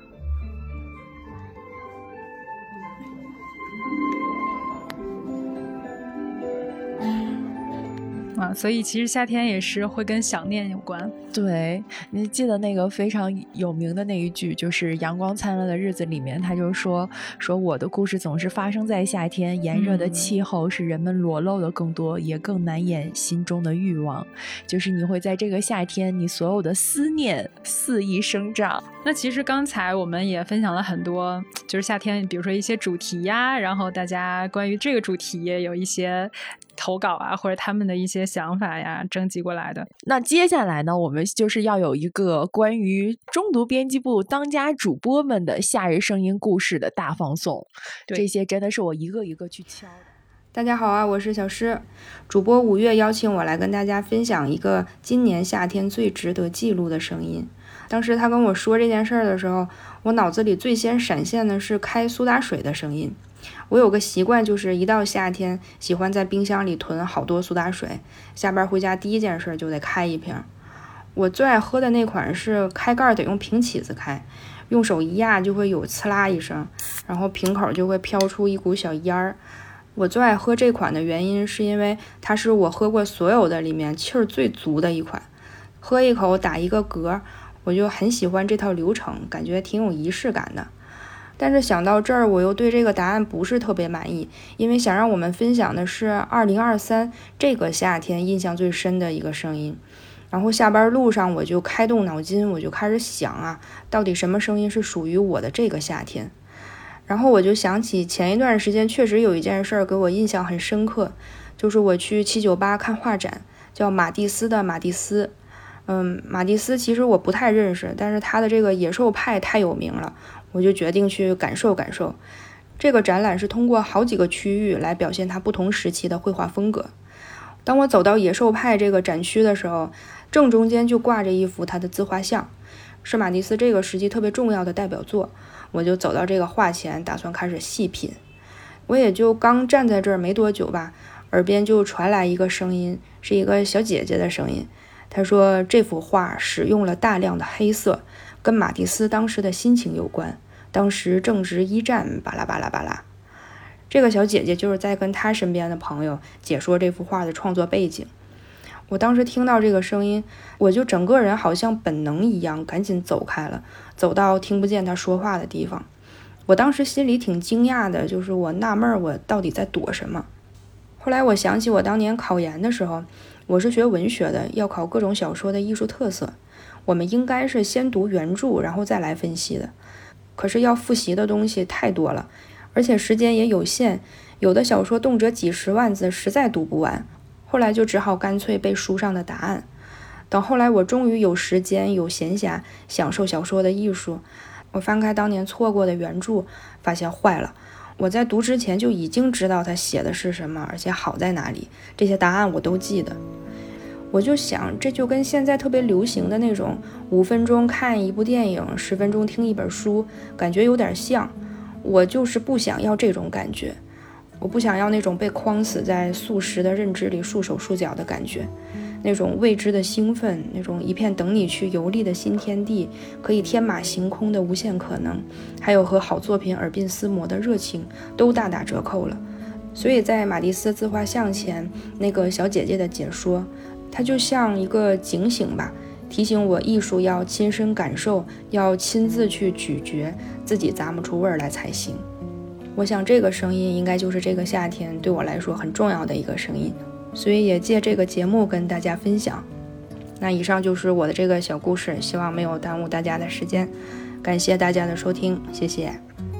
啊，所以其实夏天也是会跟想念有关。 对，你记得那个非常有名的那一句，就是《阳光灿烂的日子》里面，他就说说我的故事总是发生在夏天，炎热的气候使人们裸露的更多，嗯、也更难掩心中的欲望。就是你会在这个夏天，你所有的思念肆意生长。 那其实刚才我们也分享了很多，就是夏天，比如说一些主题呀，然后大家关于这个主题也有一些投稿啊，或者他们的一些想法呀，征集过来的。 那接下来呢，我们就是要有一个关于中读编辑部当家主播们的夏日声音故事的大放送。这些真的是我一个一个去敲的。 大家好啊，我是小诗，主播五月邀请我来跟大家分享一个今年夏天最值得记录的声音。当时他跟我说这件事儿的时候，我脑子里最先闪现的是开苏打水的声音。我有个习惯，就是一到夏天喜欢在冰箱里囤好多苏打水，下班回家第一件事就得开一瓶。我最爱喝的那款是开盖得用平起子开，用手一压就会有呲啦一声，然后瓶口就会飘出一股小烟儿。我最爱喝这款的原因是因为它是我喝过所有的里面气儿最足的一款，喝一口打一个嗝，我就很喜欢这套流程，感觉挺有仪式感的。但是想到这儿，我又对这个答案不是特别满意，因为想让我们分享的是二零二三这个夏天印象最深的一个声音。然后下班路上我就开动脑筋，我就开始想啊，到底什么声音是属于我的这个夏天。然后我就想起前一段时间确实有一件事儿给我印象很深刻，就是我去七九八看画展，叫马蒂斯的马蒂斯。嗯，马蒂斯其实我不太认识，但是他的这个野兽派太有名了，我就决定去感受感受。这个展览是通过好几个区域来表现他不同时期的绘画风格。当我走到野兽派这个展区的时候，正中间就挂着一幅他的自画像，是马蒂斯这个时期特别重要的代表作。我就走到这个画前，打算开始细品。我也就刚站在这儿没多久吧，耳边就传来一个声音，是一个小姐姐的声音。她说这幅画使用了大量的黑色，跟马蒂斯当时的心情有关，当时正值一战，巴拉巴拉巴拉。这个小姐姐就是在跟她身边的朋友解说这幅画的创作背景。我当时听到这个声音，我就整个人好像本能一样赶紧走开了，走到听不见她说话的地方。 我当时心里挺惊讶的，就是我纳闷我到底在躲什么。后来我想起我当年考研的时候，我是学文学的，要考各种小说的艺术特色，我们应该是先读原著然后再来分析的。可是要复习的东西太多了，而且时间也有限，有的小说动辄几十万字，实在读不完。后来就只好干脆背书上的答案。等后来我终于有时间有闲暇享受小说的艺术，我翻开当年错过的原著，发现坏了，我在读之前就已经知道他写的是什么，而且好在哪里，这些答案我都记得。我就想，这就跟现在特别流行的那种五分钟看一部电影，十分钟听一本书，感觉有点像。我就是不想要这种感觉，我不想要那种被框死在速食的认知里束手束脚的感觉，那种未知的兴奋，那种一片等你去游历的新天地，可以天马行空的无限可能，还有和好作品耳鬓厮磨的热情，都大打折扣了。所以在马蒂斯自画像前那个小姐姐的解说，它就像一个警醒吧，提醒我艺术要亲身感受，要亲自去咀嚼，自己咂摸出味儿来才行。我想这个声音应该就是这个夏天对我来说很重要的一个声音，所以也借这个节目跟大家分享。那以上就是我的这个小故事，希望没有耽误大家的时间，感谢大家的收听，谢谢。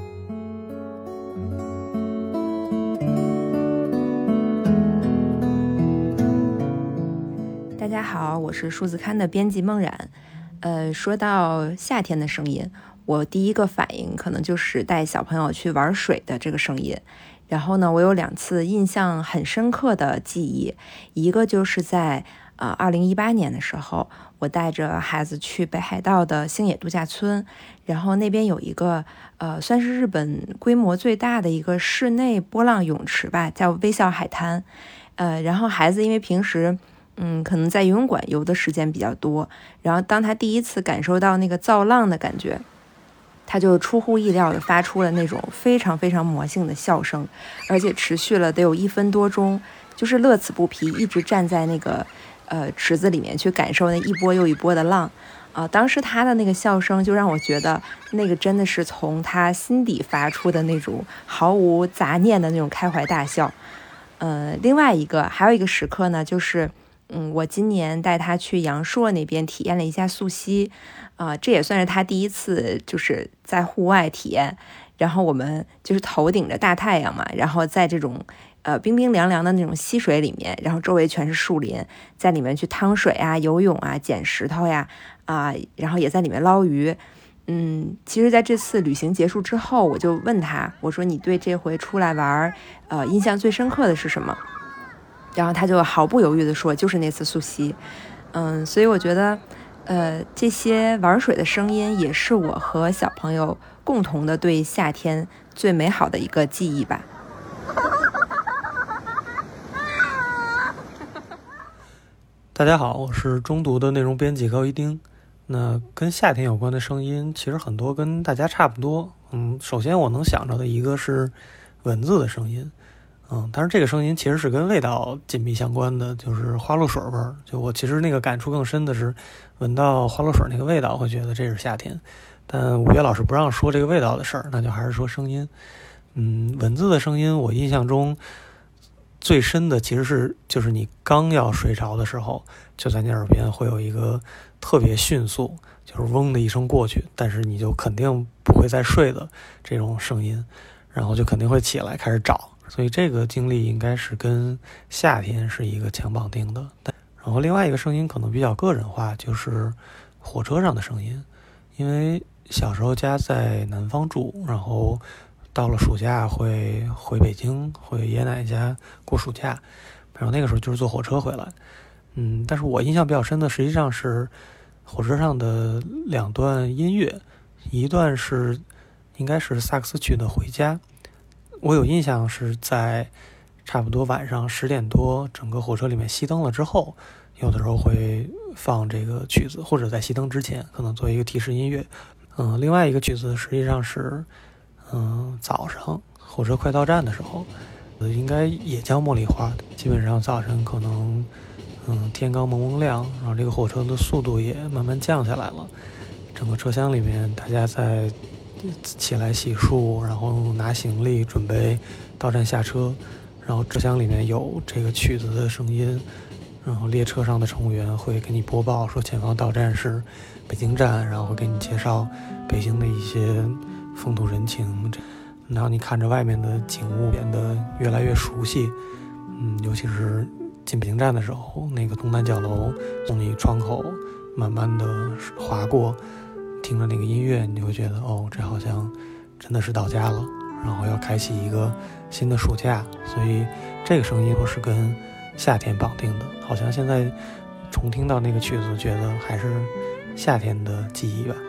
大家好，我是数字刊的编辑孟冉。呃，说到夏天的声音，我第一个反应可能就是带小朋友去玩水的这个声音。然后呢，我有两次印象很深刻的记忆，一个就是在呃二零一八年的时候，我带着孩子去北海道的星野度假村，然后那边有一个呃算是日本规模最大的一个室内波浪泳池吧，叫微笑海滩。呃，然后孩子因为平时嗯，可能在游泳馆游的时间比较多，然后当他第一次感受到那个造浪的感觉，他就出乎意料的发出了那种非常非常魔性的笑声，而且持续了得有一分多钟，就是乐此不疲，一直站在那个呃池子里面去感受那一波又一波的浪啊、呃。当时他的那个笑声就让我觉得那个真的是从他心底发出的那种毫无杂念的那种开怀大笑。呃，另外一个还有一个时刻呢，就是嗯，我今年带他去阳朔那边体验了一下溯溪，啊、呃，这也算是他第一次就是在户外体验。然后我们就是头顶着大太阳嘛，然后在这种呃冰冰凉凉的那种溪水里面，然后周围全是树林，在里面去趟水啊、游泳啊、捡石头呀，啊、呃，然后也在里面捞鱼。嗯，其实在这次旅行结束之后，我就问他，我说你对这回出来玩，呃，印象最深刻的是什么？然后他就毫不犹豫地说，就是那次溯溪。嗯，所以我觉得，呃，这些玩水的声音也是我和小朋友共同的对夏天最美好的一个记忆吧。 大家好，我是中读的内容编辑高一丁。那跟夏天有关的声音，其实很多跟大家差不多。嗯，首先我能想到的一个是蚊子的声音。嗯，但是这个声音其实是跟味道紧密相关的，就是花露水味儿。就我其实那个感触更深的是，闻到花露水那个味道，会觉得这是夏天。但五月老师不让说这个味道的事儿，那就还是说声音。嗯，蚊子的声音，我印象中最深的其实是，就是你刚要睡着的时候，就在你耳边会有一个特别迅速，就是嗡的一声过去，但是你就肯定不会再睡的这种声音，然后就肯定会起来开始找。所以这个经历应该是跟夏天是一个强绑定的。然后另外一个声音可能比较个人化，就是火车上的声音。因为小时候家在南方住，然后到了暑假会回北京，回爷爷奶奶家过暑假，然后那个时候就是坐火车回来。嗯，但是我印象比较深的实际上是火车上的两段音乐，一段是应该是萨克斯曲的《回家》。我有印象是在差不多晚上十点多，整个火车里面熄灯了之后，有的时候会放这个曲子，或者在熄灯之前，可能作为一个提示音乐。嗯，另外一个曲子实际上是，嗯，早上火车快到站的时候，应该也叫茉莉花。基本上早晨可能，嗯，天刚蒙蒙亮，然后这个火车的速度也慢慢降下来了，整个车厢里面大家在起来洗漱，然后拿行李准备到站下车，然后车厢里面有这个曲子的声音，然后列车上的乘务员会给你播报说前方到站是北京站，然后会给你介绍北京的一些风土人情，然后你看着外面的景物变得越来越熟悉。嗯，尤其是进北京站的时候，那个东南角楼从你窗口慢慢的划过，听着那个音乐，你就会觉得哦，这好像真的是到家了，然后要开启一个新的暑假。所以这个声音我是跟夏天绑定的，好像现在重听到那个曲子，觉得还是夏天的记忆吧。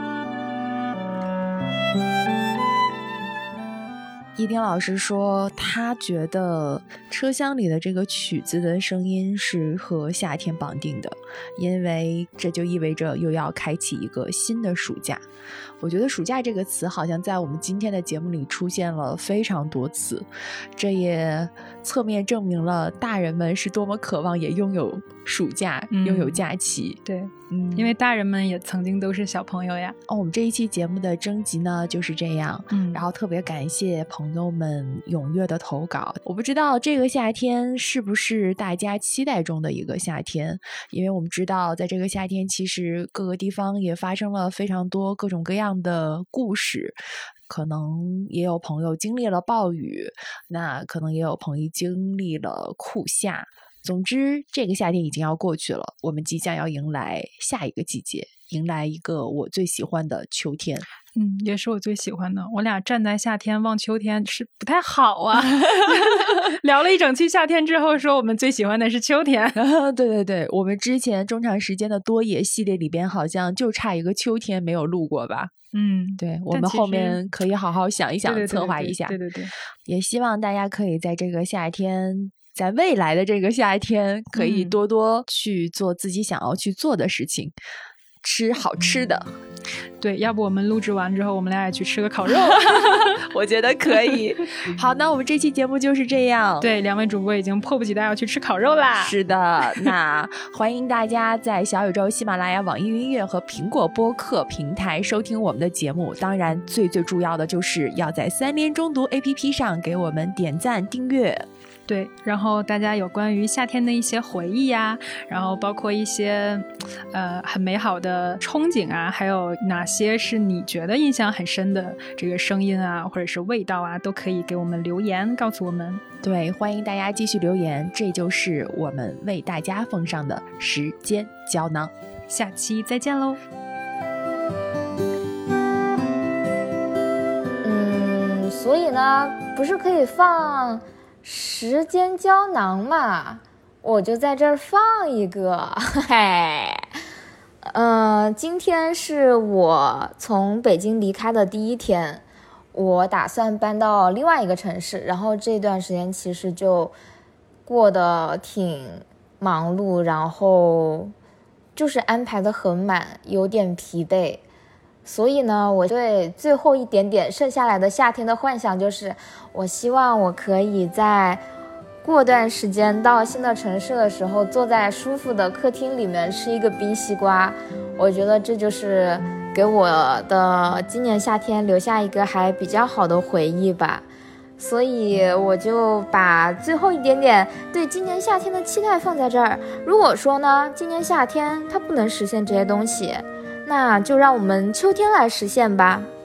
一丁老师说他觉得车厢里的这个曲子的声音是和夏天绑定的，因为这就意味着又要开启一个新的暑假。我觉得暑假这个词好像在我们今天的节目里出现了非常多次，这也侧面证明了大人们是多么渴望也拥有暑假、嗯、拥有假期。 对，嗯，因为大人们也曾经都是小朋友呀。 哦，我们这一期节目的征集呢就是这样，嗯，然后特别感谢朋友们踊跃的投稿。我不知道这个夏天是不是大家期待中的一个夏天，因为我们知道在这个夏天其实各个地方也发生了非常多各种各样的故事，可能也有朋友经历了暴雨，那可能也有朋友经历了酷夏。总之这个夏天已经要过去了，我们即将要迎来下一个季节，迎来一个我最喜欢的秋天。 嗯，也是我最喜欢的。我俩站在夏天望秋天是不太好啊。聊了一整期夏天之后，说我们最喜欢的是秋天。 对对对，我们之前中长时间的多野系列里边好像就差一个秋天没有录过吧。 嗯， 对，我们后面可以好好想一想，策划一下。 对对对， 也希望大家可以在这个夏天，在未来的这个夏天，可以多多去做自己想要去做的事情，嗯、吃好吃的。 对，要不我们录制完之后，我们俩也去吃个烤肉。 我觉得可以。好，那我们这期节目就是这样。 对，两位主播已经迫不及待要去吃烤肉啦。 是的，那欢迎大家在小宇宙、喜马拉雅、网易云音乐和苹果播客平台收听我们的节目。当然，最最重要的就是要在三联中读 A P P 上给我们点赞订阅。 对，然后大家有关于夏天的一些回忆呀、啊，然后包括一些呃很美好的憧憬啊，还有哪些是你觉得印象很深的这个声音啊，或者是味道啊，都可以给我们留言告诉我们。 对，欢迎大家继续留言，这就是我们为大家奉上的时间胶囊。 下期再见喽。 嗯，所以呢，不是可以放时间胶囊嘛，我就在这儿放一个。嘿，呃，今天是我从北京离开的第一天，我打算搬到另外一个城市，然后这段时间其实就过得挺忙碌，然后就是安排的很满，有点疲惫。所以呢，我对最后一点点剩下来的夏天的幻想就是，我希望我可以在过段时间到新的城市的时候，坐在舒服的客厅里面吃一个冰西瓜。我觉得这就是给我的今年夏天留下一个还比较好的回忆吧。所以我就把最后一点点对今年夏天的期待放在这儿。如果说呢，今年夏天它不能实现这些东西，那就让我们秋天来实现吧。